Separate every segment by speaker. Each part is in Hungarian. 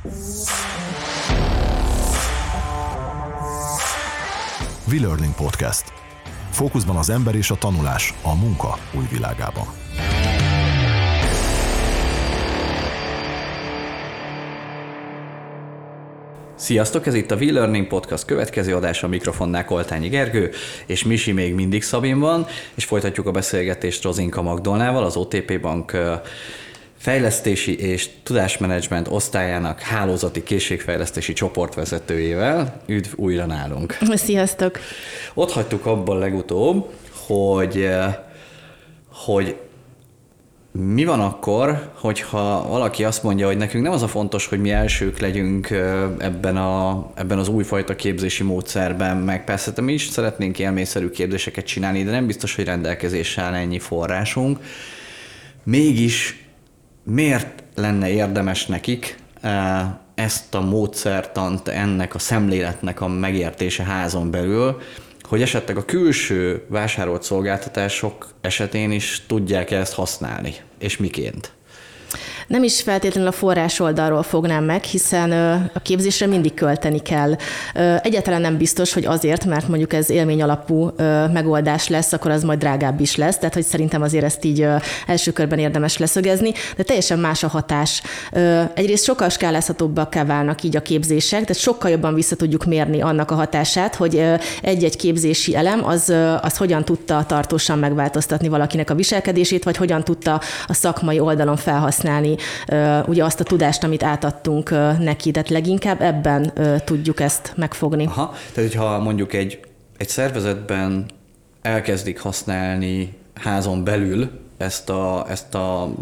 Speaker 1: WeLearning Podcast. Fókuszban az ember és a tanulás a munka új világában.
Speaker 2: Sziasztok, ez itt a WeLearning Podcast következő adása, a mikrofonnál Koltányi Gergő, és Misi még mindig Szabin van, és folytatjuk a beszélgetést Rozinka Magdolnával, az OTP Bank fejlesztési és tudásmenedzsment osztályának hálózati készségfejlesztési csoportvezetőjével. Üdv újra nálunk!
Speaker 3: Sziasztok!
Speaker 2: Ott hagytuk abban legutóbb, hogy mi van akkor, hogyha valaki azt mondja, hogy nekünk nem az a fontos, hogy mi elsők legyünk ebben az újfajta képzési módszerben, meg persze mi is szeretnénk élményszerű képzéseket csinálni, de nem biztos, hogy rendelkezésre áll ennyi forrásunk. Mégis miért lenne érdemes nekik ezt a módszertant, ennek a szemléletnek a megértése házon belül, hogy esetleg a külső vásárolt szolgáltatások esetén is tudják ezt használni, és miként?
Speaker 3: Nem is feltétlenül a forrás oldalról fognám meg, hiszen a képzésre mindig költeni kell. Egyáltalán nem biztos, hogy azért, mert mondjuk ez élmény alapú megoldás lesz, akkor az majd drágább is lesz, tehát hogy szerintem azért ezt így első körben érdemes leszögezni, de teljesen más a hatás. Egyrészt sokkal skálázhatóbbakká válnak így a képzések, tehát sokkal jobban vissza tudjuk mérni annak a hatását, hogy egy-egy képzési elem az hogyan tudta tartósan megváltoztatni valakinek a viselkedését, vagy hogyan tudta a szakmai oldalon felhasználni ugye azt a tudást, amit átadtunk neki, tehát leginkább ebben tudjuk ezt megfogni.
Speaker 2: Aha, tehát hogyha mondjuk egy szervezetben elkezdik használni házon belül ezt a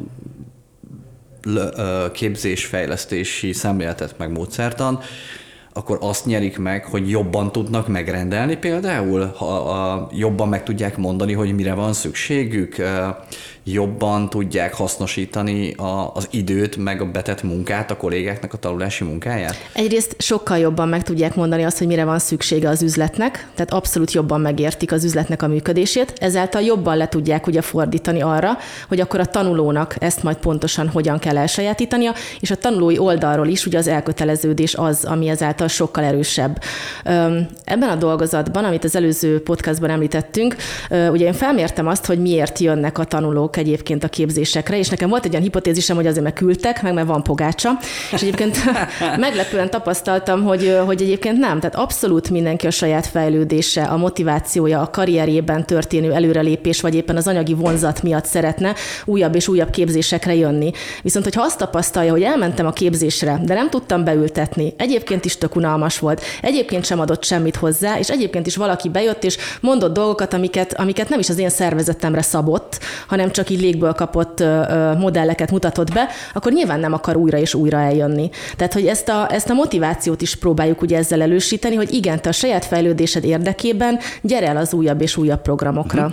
Speaker 2: képzésfejlesztési szemléletet meg módszertan, akkor azt nyerik meg, hogy jobban tudnak megrendelni például, jobban meg tudják mondani, hogy mire van szükségük, jobban tudják hasznosítani az időt, meg a betett munkát, a kollégáknak a tanulási munkáját?
Speaker 3: Egyrészt sokkal jobban meg tudják mondani azt, hogy mire van szüksége az üzletnek, tehát abszolút jobban megértik az üzletnek a működését, ezáltal jobban le tudják ugye fordítani arra, hogy akkor a tanulónak ezt majd pontosan hogyan kell elsajátítania, és a tanulói oldalról is ugye az elköteleződés az, ami ezáltal sokkal erősebb. Ebben a dolgozatban, amit az előző podcastban említettünk, ugye én felmértem azt, hogy miért jönnek a tanulók egyébként a képzésekre, és nekem volt egy olyan hipotézisem, hogy azért, mert küldtek, meg mert van pogácsa, és egyébként meglepően tapasztaltam, hogy egyébként nem, tehát abszolút mindenki a saját fejlődése, a motivációja, a karrierjében történő előrelépés, vagy éppen az anyagi vonzat miatt szeretne újabb és újabb képzésekre jönni. Viszont, hogyha azt tapasztalja, hogy elmentem a képzésre, de nem tudtam beültetni, egyébként is tök unalmas volt, egyébként sem adott semmit hozzá, és egyébként is valaki bejött és mondott dolgokat, amiket nem is az én szervezetemre szabott, hanem csak így légből kapott modelleket mutatott be, akkor nyilván nem akar újra és újra eljönni. Tehát, hogy ezt a motivációt is próbáljuk ugye ezzel elősíteni, hogy igen, te a saját fejlődésed érdekében gyere el az újabb és újabb programokra.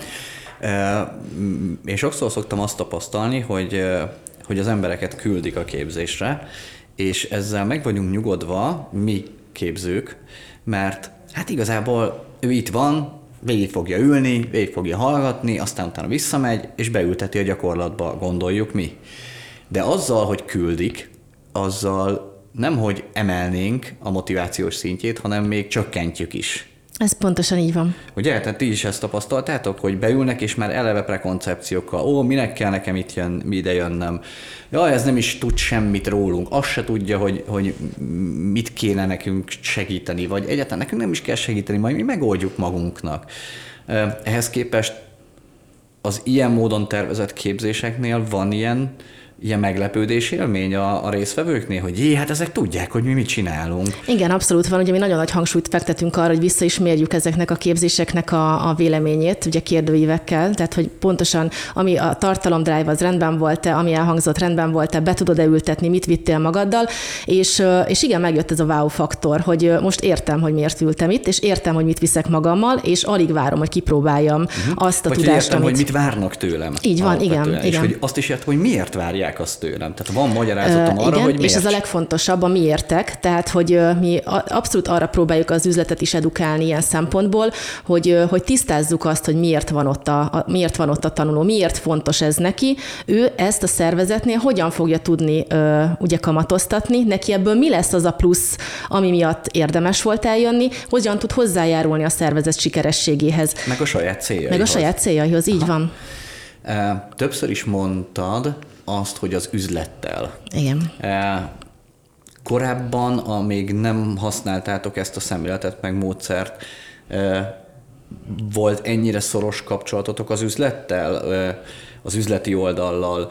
Speaker 2: Én sokszor szoktam azt tapasztalni, hogy az embereket küldik a képzésre, és ezzel meg vagyunk nyugodva, mi képzők, mert hát igazából ő itt van, végig fogja ülni, végig fogja hallgatni, aztán utána visszamegy, és beülteti a gyakorlatba, gondoljuk mi. De azzal, hogy küldik, azzal nemhogy emelnénk a motivációs szintjét, hanem még csökkentjük is.
Speaker 3: Ez pontosan így van.
Speaker 2: Ugye? Tehát ti is ezt tapasztaltátok, hogy beülnek, és már eleve prekoncepciókkal, minek kell nekem ide jönnöm. Ja, ez nem is tud semmit rólunk. Azt se tudja, hogy mit kéne nekünk segíteni, vagy egyáltalán nekünk nem is kell segíteni, majd mi megoldjuk magunknak. Ehhez képest az ilyen módon tervezett képzéseknél van ilyen meglepődés élmény a résztvevőknél, hogy hát ezek tudják, hogy mi mit csinálunk.
Speaker 3: Igen, abszolút van. Ugye mi nagyon nagy hangsúlyt fektetünk arra, hogy vissza is mérjük ezeknek a képzéseknek a véleményét, ugye kérdőívekkel, tehát hogy pontosan ami a tartalomdrive az rendben volt-e, ami elhangzott rendben volt-e, be tudod-e ültetni, mit vittél magaddal, és igen, megjött ez a wow faktor, hogy most értem, hogy miért ültem itt, és értem, hogy mit viszek magammal, és alig várom, hogy kipróbáljam azt a
Speaker 2: vagy
Speaker 3: tudást,
Speaker 2: értem, hogy mit várnak tőlem.
Speaker 3: Így van, igen.
Speaker 2: És hogy azt is értem, hogy miért várják kérják azt tőlem. Tehát van magyarázatom arra,
Speaker 3: igen,
Speaker 2: hogy miért.
Speaker 3: És ez a legfontosabb, a miértek, tehát hogy mi abszolút arra próbáljuk az üzletet is edukálni ilyen szempontból, hogy tisztázzuk azt, hogy miért van ott a tanuló, miért fontos ez neki, ő ezt a szervezetnél hogyan fogja tudni ugye kamatoztatni, neki ebből mi lesz az a plusz, ami miatt érdemes volt eljönni, hogyan tud hozzájárulni a szervezet sikerességéhez.
Speaker 2: Meg a saját céljaihoz.
Speaker 3: Így van.
Speaker 2: Többször is mondtad azt, hogy az üzlettel.
Speaker 3: Igen.
Speaker 2: Korábban, amíg nem használtátok ezt a szemléletet, meg módszert, volt ennyire szoros kapcsolatotok az üzlettel, az üzleti oldallal?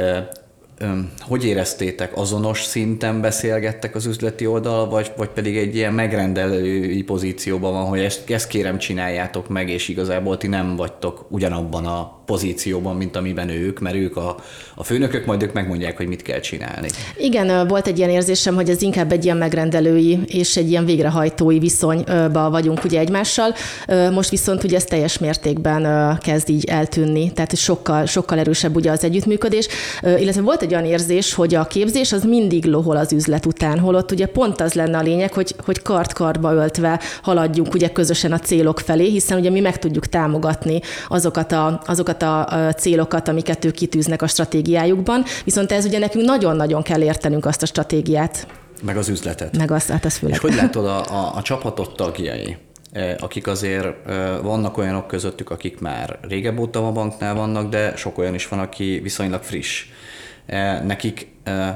Speaker 2: Hogy éreztétek? Azonos szinten beszélgettek az üzleti oldal, vagy pedig egy ilyen megrendelői pozícióban van, hogy ezt kérem csináljátok meg, és igazából ti nem vagytok ugyanabban a pozícióban, mint amiben ők, mert ők a főnökök, majd ők megmondják, hogy mit kell csinálni.
Speaker 3: Igen, volt egy ilyen érzésem, hogy ez inkább egy ilyen megrendelői és egy ilyen végrehajtói viszonyban vagyunk ugye egymással. Most viszont ugye ez teljes mértékben kezd így eltűnni, tehát sokkal erősebb ugye az együttműködés, illetve volt egy olyan érzés, hogy a képzés az mindig lohol az üzlet után, holott ugye pont az lenne a lényeg, hogy kard-kardba öltve haladjunk ugye közösen a célok felé, hiszen ugye mi meg tudjuk támogatni azokat a célokat, amiket ők kitűznek a stratégiájukban, viszont ez ugye nekünk nagyon-nagyon kell értenünk azt a stratégiát.
Speaker 2: Meg az üzletet.
Speaker 3: Meg az főleg.
Speaker 2: És hogy látod a csapatot tagjai, akik azért vannak olyanok közöttük, akik már régebb óta a banknál vannak, de sok olyan is van, aki viszonylag friss. Nekik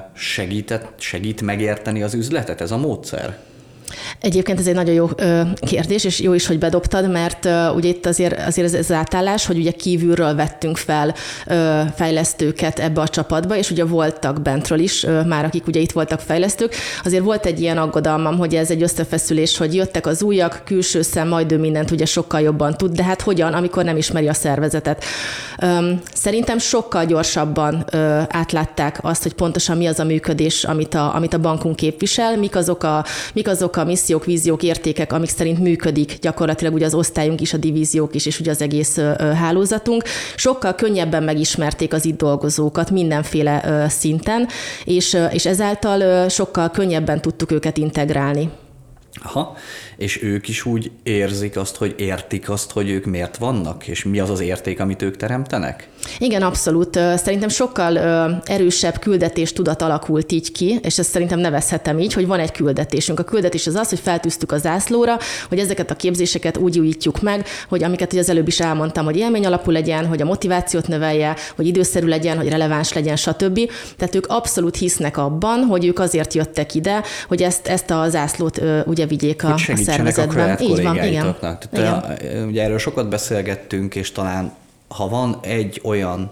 Speaker 2: segít megérteni az üzletet ez a módszer?
Speaker 3: Egyébként ez egy nagyon jó kérdés, és jó is, hogy bedobtad, mert ugye itt azért ez átállás, hogy ugye kívülről vettünk fel fejlesztőket ebbe a csapatba, és ugye voltak bentről is már, akik ugye itt voltak fejlesztők. Azért volt egy ilyen aggodalmam, hogy ez egy összefeszülés, hogy jöttek az újak, külső szem, majd ő mindent ugye sokkal jobban tud, de hát hogyan, amikor nem ismeri a szervezetet. Szerintem sokkal gyorsabban átlátták azt, hogy pontosan mi az a működés, amit a bankunk képvisel, mik azok a missziók, víziók, értékek, amik szerint működik gyakorlatilag ugye az osztályunk is, a divíziók is, és ugye az egész hálózatunk. Sokkal könnyebben megismerték az itt dolgozókat mindenféle szinten, és ezáltal sokkal könnyebben tudtuk őket integrálni.
Speaker 2: Aha, és ők is úgy érzik azt, hogy értik azt, hogy ők miért vannak, és mi az az érték, amit ők teremtenek?
Speaker 3: Igen, abszolút. Szerintem sokkal erősebb küldetéstudat alakult így ki, és ezt szerintem nevezhetem így, hogy van egy küldetésünk. A küldetés az, hogy feltűztük a zászlóra, hogy ezeket a képzéseket úgy újítjuk meg, hogy amiket az előbb is elmondtam, hogy élmény alapú legyen, hogy a motivációt növelje, hogy időszerű legyen, hogy releváns legyen, stb. Tehát ők abszolút hisznek abban, hogy ők azért jöttek ide, hogy ezt a zászlót ugye vigyék a szervezetben.
Speaker 2: Így van,
Speaker 3: igen.
Speaker 2: Ugye erről sokat beszélgettünk, és talán ha van egy olyan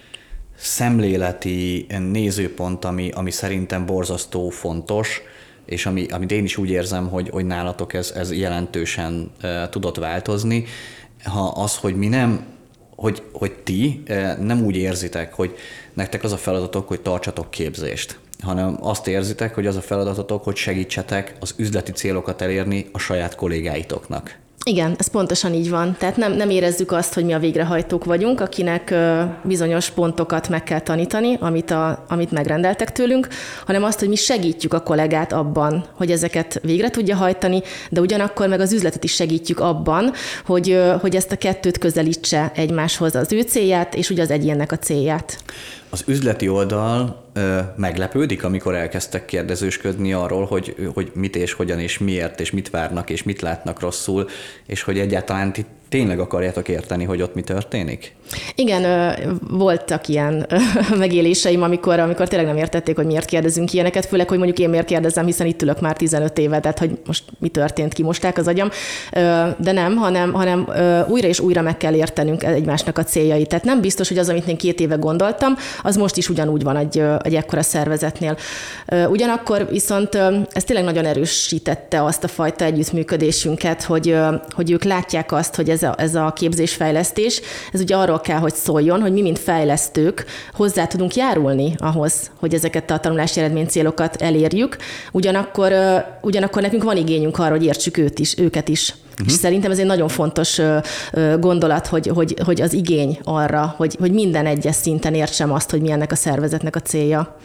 Speaker 2: szemléleti nézőpont, ami szerintem borzasztó fontos, és amit én is úgy érzem, hogy nálatok ez jelentősen tudott változni, hogy mi nem, hogy ti nem úgy érzitek, hogy nektek az a feladatok, hogy tartsatok képzést, hanem azt érzitek, hogy az a feladatotok, hogy segítsetek az üzleti célokat elérni a saját kollégáitoknak.
Speaker 3: Igen, ez pontosan így van. Tehát nem érezzük azt, hogy mi a végrehajtók vagyunk, akinek bizonyos pontokat meg kell tanítani, amit megrendeltek tőlünk, hanem azt, hogy mi segítjük a kollégát abban, hogy ezeket végre tudja hajtani, de ugyanakkor meg az üzletet is segítjük abban, hogy ezt a kettőt közelítse egymáshoz, az ő célját, és ugye az egyénnek a célját.
Speaker 2: Az üzleti oldal meglepődik, amikor elkezdtek kérdezősködni arról, hogy mit és hogyan és miért, és mit várnak, és mit látnak rosszul, és hogy egyáltalán ti tényleg akarjátok érteni, hogy ott mi történik?
Speaker 3: Igen, voltak ilyen megéléseim, amikor tényleg nem értették, hogy miért kérdezünk ilyeneket, főleg, hogy mondjuk én miért kérdezem, hiszen itt ülök már 15 éve, tehát hogy most mi történt, kimosták az agyam, de nem, hanem újra és újra meg kell értenünk egymásnak a céljait. Tehát nem biztos, hogy az, amit én 2 éve gondoltam, az most is ugyanúgy van egy ekkora szervezetnél. Ugyanakkor viszont ez tényleg nagyon erősítette azt a fajta együttműködésünket, hogy ők látják azt, hogy ez a képzésfejlesztés, ez ugye arról kell, hogy szóljon, hogy mi, mint fejlesztők hozzá tudunk járulni ahhoz, hogy ezeket a tanulási eredménycélokat elérjük. Ugyanakkor nekünk van igényünk arra, hogy értsük őket is. És szerintem ez egy nagyon fontos gondolat, hogy az igény arra, hogy minden egyes szinten értsem azt, hogy mi ennek a szervezetnek a célja.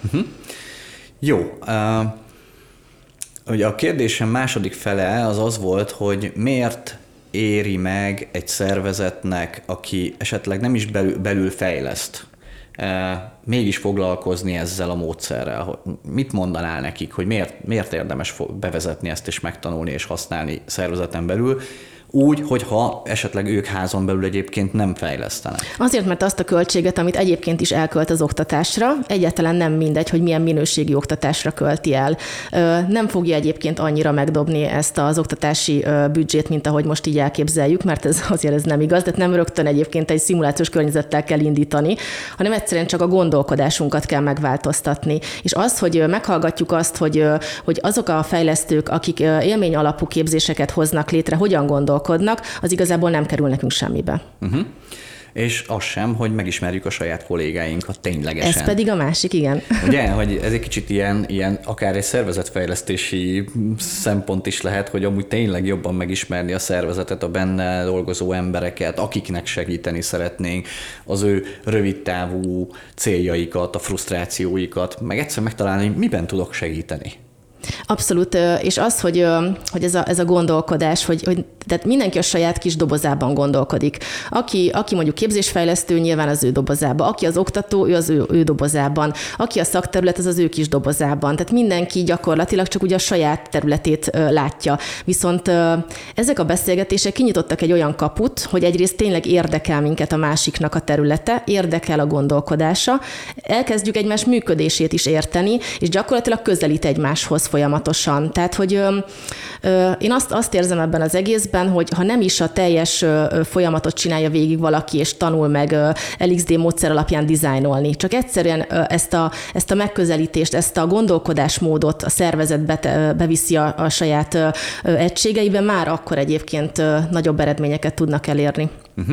Speaker 2: Jó. Ugye a kérdésem második fele az volt, hogy miért éri meg egy szervezetnek, aki esetleg nem is belül fejleszt, mégis foglalkozni ezzel a módszerrel. Mit mondanál nekik, hogy miért érdemes bevezetni ezt és megtanulni és használni szervezeten belül, úgy, hogyha esetleg ők házon belül egyébként nem fejlesztenek.
Speaker 3: Azért, mert azt a költséget, amit egyébként is elkölt az oktatásra, egyáltalán nem mindegy, hogy milyen minőségi oktatásra költi el. Nem fogja egyébként annyira megdobni ezt az oktatási büdzsét, mint ahogy most így elképzeljük, mert ez nem igaz, tehát nem rögtön egyébként egy szimulációs környezettel kell indítani, hanem egyszerűen csak a gondolkodásunkat kell megváltoztatni. És az, hogy meghallgatjuk azt, hogy azok a fejlesztők, akik élmény alapú képzéseket hoznak létre, hogyan gondolkodnak, az igazából nem kerül nekünk semmibe.
Speaker 2: És az sem, hogy megismerjük a saját kollégáinkat ténylegesen.
Speaker 3: Ez pedig a másik, igen.
Speaker 2: Ugye, hogy ez egy kicsit ilyen akár egy szervezetfejlesztési szempont is lehet, hogy amúgy tényleg jobban megismerni a szervezetet, a benne dolgozó embereket, akiknek segíteni szeretnénk, az ő rövidtávú céljaikat, a frusztrációikat, meg egyszer megtalálni, hogy miben tudok segíteni.
Speaker 3: Abszolút, és az, hogy ez a gondolkodás, hogy tehát mindenki a saját kis dobozában gondolkodik. Aki mondjuk képzésfejlesztő, nyilván az ő dobozában. Aki az oktató, ő az ő dobozában. Aki a szakterület, az ő kis dobozában. Tehát mindenki gyakorlatilag csak ugye a saját területét látja. Viszont ezek a beszélgetések kinyitottak egy olyan kaput, hogy egyrészt tényleg érdekel minket a másiknak a területe, érdekel a gondolkodása, elkezdjük egymás működését is érteni, és gyakorlatilag közelít egymáshoz folyamatosan. Tehát, hogy én azt érzem ebben az egészben, hogy ha nem is a teljes folyamatot csinálja végig valaki, és tanul meg LXD módszer alapján dizájnolni, csak egyszerűen ezt a megközelítést, ezt a gondolkodásmódot a szervezet beviszi a saját egységeiben, már akkor egyébként nagyobb eredményeket tudnak elérni.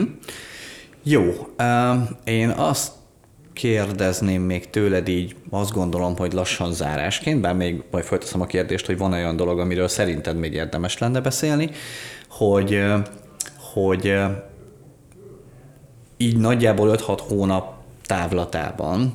Speaker 2: Jó. Én azt kérdezném még tőled így, azt gondolom, hogy lassan zárásként, bár még majd folytatom a kérdést, hogy van olyan dolog, amiről szerinted még érdemes lenne beszélni, hogy így nagyjából 5-6 hónap távlatában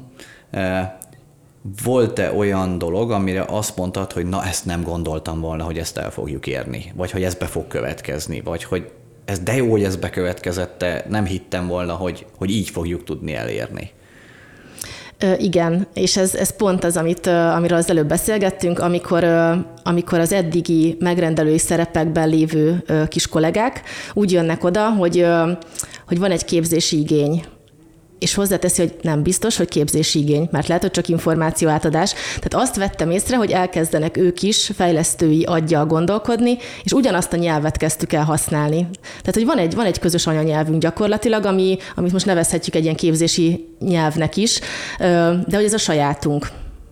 Speaker 2: volt-e olyan dolog, amire azt mondtad, hogy na ezt nem gondoltam volna, hogy ezt el fogjuk érni, vagy hogy ez be fog következni, vagy hogy ez de jó, hogy ez bekövetkezett, de nem hittem volna, hogy így fogjuk tudni elérni.
Speaker 3: Igen, és ez pont az, amiről az előbb beszélgettünk, amikor az eddigi megrendelői szerepekben lévő kis kollégák úgy jönnek oda, hogy van egy képzési igény, és hozzáteszi, hogy nem biztos, hogy képzési igény, mert lehet, hogy csak információ átadás. Tehát azt vettem észre, hogy elkezdenek ők is fejlesztői aggyal gondolkodni, és ugyanazt a nyelvet kezdtük el használni. Tehát, hogy van egy közös anyanyelvünk gyakorlatilag, amit most nevezhetjük egy ilyen képzési nyelvnek is, de hogy ez a sajátunk.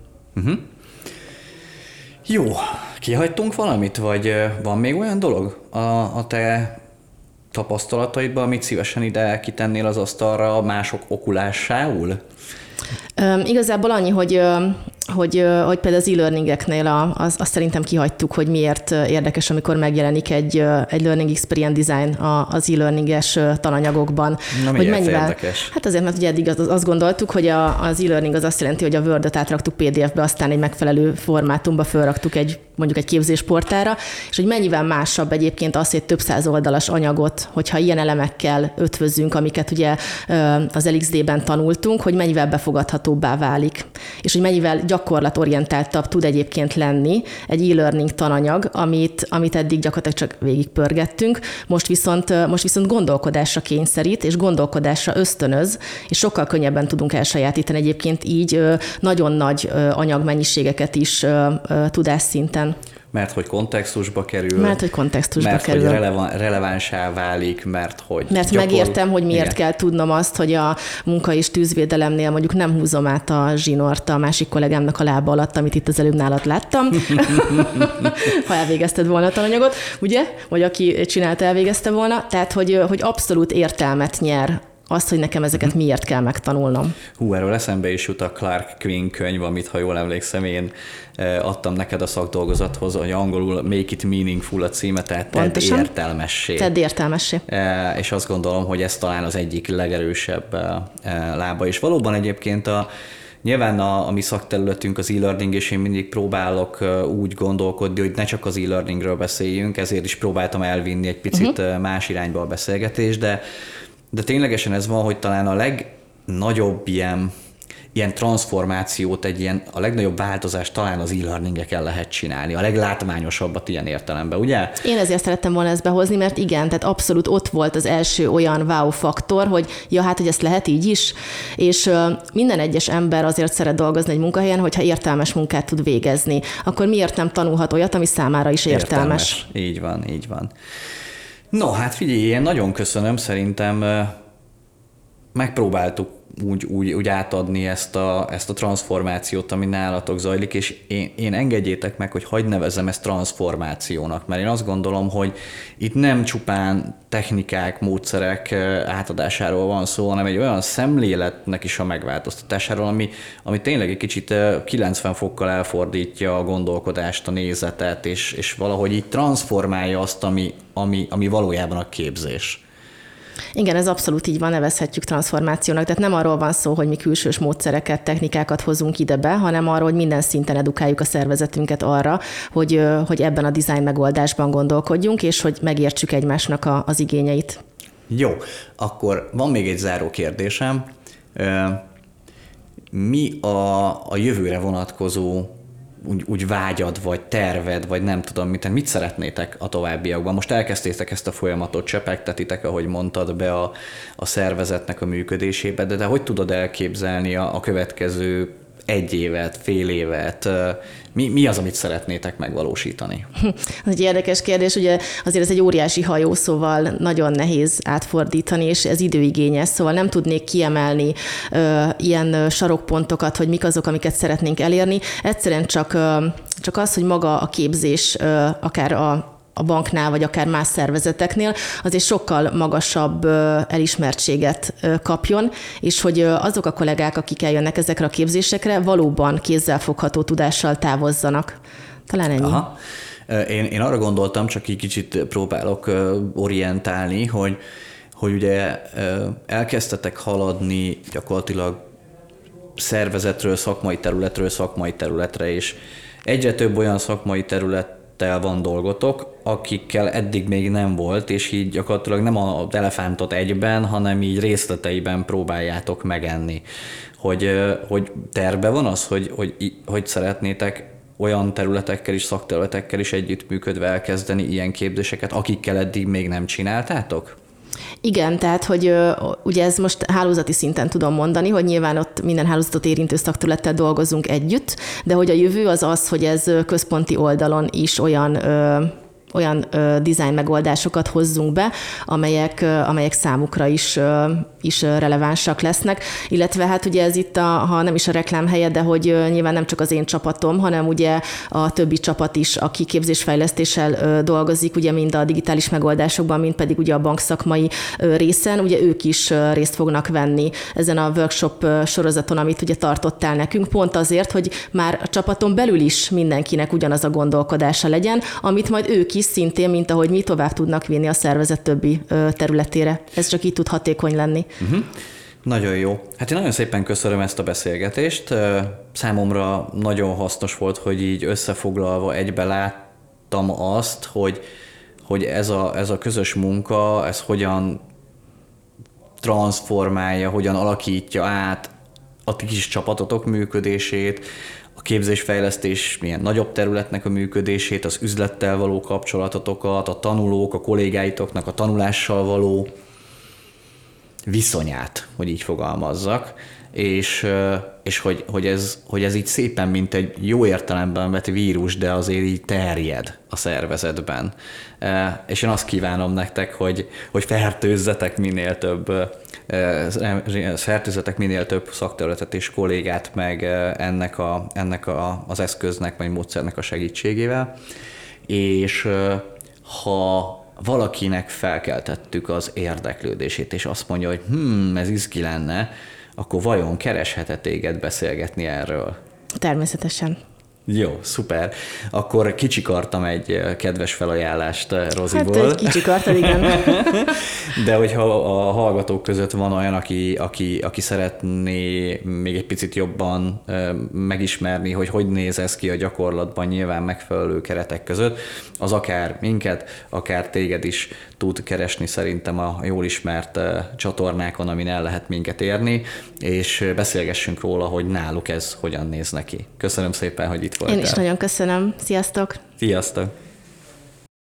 Speaker 2: Jó. Kihagytunk valamit, vagy van még olyan dolog a te tapasztalataidban, amit szívesen ide kitennél az asztalra mások okulásául?
Speaker 3: Igazából annyi, hogy például az e-learningeknél azt szerintem kihagytuk, hogy miért érdekes, amikor megjelenik egy Learning Experience Design az e-learninges tananyagokban.
Speaker 2: Na,
Speaker 3: hogy
Speaker 2: miért
Speaker 3: mennyivel?
Speaker 2: érdekes?
Speaker 3: Hát azért, mert ugye eddig azt gondoltuk, hogy az e-learning az azt jelenti, hogy a Word-ot átraktuk PDF-be, aztán egy megfelelő formátumba fölraktuk mondjuk egy képzésportára, és hogy mennyivel másabb egyébként az, hogy több száz oldalas anyagot, hogyha ilyen elemekkel ötvözünk, amiket ugye az LXD-ben tanultunk, hogy mennyivel befogadhatóbbá válik, és hogy mennyivel gyakorlatorientáltabb tud egyébként lenni egy e-learning tananyag, amit eddig gyakorlatilag csak végigpörgettünk, most viszont gondolkodásra kényszerít, és gondolkodásra ösztönöz, és sokkal könnyebben tudunk elsajátítani egyébként így nagyon nagy anyagmennyiségeket is tudásszinten.
Speaker 2: Mert hogy kontextusba kerül.
Speaker 3: Mert hogy
Speaker 2: relevánsá válik, mert
Speaker 3: megértem, hogy miért kell tudnom azt, hogy a munka és tűzvédelemnél mondjuk nem húzom át a zsinort a másik kollégámnak a lába alatt, amit itt az előbb nálad láttam, ha elvégezted volna a tananyagot, ugye? Vagy aki csinálta, elvégezte volna. Tehát, hogy abszolút értelmet nyer azt, hogy nekem ezeket miért kell megtanulnom.
Speaker 2: Erről eszembe is jut a Clark Quinn könyv, amit, ha jól emlékszem, én adtam neked a szakdolgozathoz, hogy angolul Make it meaningful a címe, tehát tedd értelmessé.
Speaker 3: Tedd értelmessé.
Speaker 2: És azt gondolom, hogy ez talán az egyik legerősebb lába. És valóban egyébként nyilván a mi szakterületünk az e-learning, és én mindig próbálok úgy gondolkodni, hogy ne csak az e-learningről beszéljünk, ezért is próbáltam elvinni egy picit más irányba a beszélgetést, de ténylegesen ez van, hogy talán a legnagyobb ilyen transformációt, a legnagyobb változást talán az e-learningeken lehet csinálni, a leglátványosabbat ilyen értelemben, ugye?
Speaker 3: Én ezért szerettem volna ezt behozni, mert igen, tehát abszolút ott volt az első olyan wow faktor, hogy hogy ezt lehet így is, és minden egyes ember azért szeret dolgozni egy munkahelyen, hogyha értelmes munkát tud végezni. Akkor miért nem tanulhat olyat, ami számára is értelmes?
Speaker 2: Így van. No, hát figyelj, én nagyon köszönöm, szerintem megpróbáltuk úgy átadni ezt a transformációt, ami nálatok zajlik, és én engedjétek meg, hogy hagyd nevezzem ezt transformációnak, mert én azt gondolom, hogy itt nem csupán technikák, módszerek átadásáról van szó, hanem egy olyan szemléletnek is a megváltoztatásáról, ami tényleg egy kicsit 90 fokkal elfordítja a gondolkodást, a nézetet, és valahogy így transformálja azt, ami valójában a képzés.
Speaker 3: Igen, ez abszolút így van, nevezhetjük transformációnak. Tehát nem arról van szó, hogy mi külsős módszereket, technikákat hozunk ide be, hanem arról, hogy minden szinten edukáljuk a szervezetünket arra, hogy ebben a design megoldásban gondolkodjunk, és hogy megértsük egymásnak az igényeit.
Speaker 2: Jó, akkor van még egy záró kérdésem. Mi a jövőre vonatkozó úgy vágyad, vagy terved, vagy nem tudom mit szeretnétek a továbbiakban? Most elkezdtétek ezt a folyamatot, csepegtetitek, ahogy mondtad, be a szervezetnek a működésébe, de hogy tudod elképzelni a következő egy évet, fél évet? Mi az, amit szeretnétek megvalósítani?
Speaker 3: Ez egy érdekes kérdés, ugye azért ez egy óriási hajó, szóval nagyon nehéz átfordítani, és ez időigényes, szóval nem tudnék kiemelni ilyen sarokpontokat, hogy mik azok, amiket szeretnénk elérni. Egyszerűen csak az, hogy maga a képzés, akár a banknál, vagy akár más szervezeteknél, azért sokkal magasabb elismertséget kapjon, és hogy azok a kollégák, akik eljönnek ezekre a képzésekre, valóban kézzelfogható tudással távozzanak. Talán ennyi.
Speaker 2: Aha. Én arra gondoltam, csak így kicsit próbálok orientálni, hogy ugye elkezdtetek haladni gyakorlatilag szervezetről, szakmai területre, és egyre több olyan szakmai területtel van dolgotok, akikkel eddig még nem volt, és így gyakorlatilag nem az elefántot egyben, hanem így részleteiben próbáljátok megenni. Hogy terve van az, hogy szeretnétek olyan területekkel és szakterületekkel is együttműködve elkezdeni ilyen képzéseket, akikkel eddig még nem csináltátok?
Speaker 3: Igen, tehát, hogy ugye ez most hálózati szinten tudom mondani, hogy nyilván ott minden hálózatot érintő szakterülettel dolgozunk együtt, de hogy a jövő az, hogy ez központi oldalon is olyan design megoldásokat hozzunk be, amelyek számukra is relevánsak lesznek, illetve hát ugye ez itt, ha nem is a reklám helye, de hogy nyilván nem csak az én csapatom, hanem ugye a többi csapat is, aki képzésfejlesztéssel dolgozik, ugye mind a digitális megoldásokban, mind pedig ugye a bankszakmai részen, ugye ők is részt fognak venni ezen a workshop sorozaton, amit ugye tartottál nekünk, pont azért, hogy már a csapaton belül is mindenkinek ugyanaz a gondolkodása legyen, amit majd ők is szintén, mint ahogy mi tovább tudnak vinni a szervezet többi területére. Ez csak így tud hatékony lenni.
Speaker 2: Uh-huh. Nagyon jó. Hát én nagyon szépen köszönöm ezt a beszélgetést. Számomra nagyon hasznos volt, hogy így összefoglalva egybe láttam azt, hogy ez a közös munka, ez hogyan transformálja, hogyan alakítja át a ti kis csapatotok működését, a képzésfejlesztés milyen nagyobb területnek a működését, az üzlettel való kapcsolatotokat, a tanulók, a kollégáitoknak a tanulással való viszonyát, hogy így fogalmazzak, és hogy ez így szépen, mint egy jó értelemben vett vírus, de azért így terjed a szervezetben. És én azt kívánom nektek, hogy fertőzzetek minél több szakterületet és kollégát meg ennek az eszköznek vagy módszernek a segítségével, és ha valakinek felkeltettük az érdeklődését, és azt mondja, hogy ez izgi lenne, akkor vajon kereshet-e téged beszélgetni erről?
Speaker 3: Természetesen.
Speaker 2: Jó, szuper. Akkor kicsikartam egy kedves felajánlást Roziból.
Speaker 3: Hát egy kicsikartad, igen.
Speaker 2: De hogyha a hallgatók között van olyan, aki szeretné még egy picit jobban megismerni, hogy néz ez ki a gyakorlatban, nyilván megfelelő keretek között, az akár minket, akár téged is tud keresni szerintem a jól ismert csatornákon, amin el lehet minket érni, és beszélgessünk róla, hogy náluk ez hogyan néz neki. Köszönöm szépen, hogy itt voltál.
Speaker 3: Én is nagyon köszönöm. Sziasztok!
Speaker 2: Sziasztok!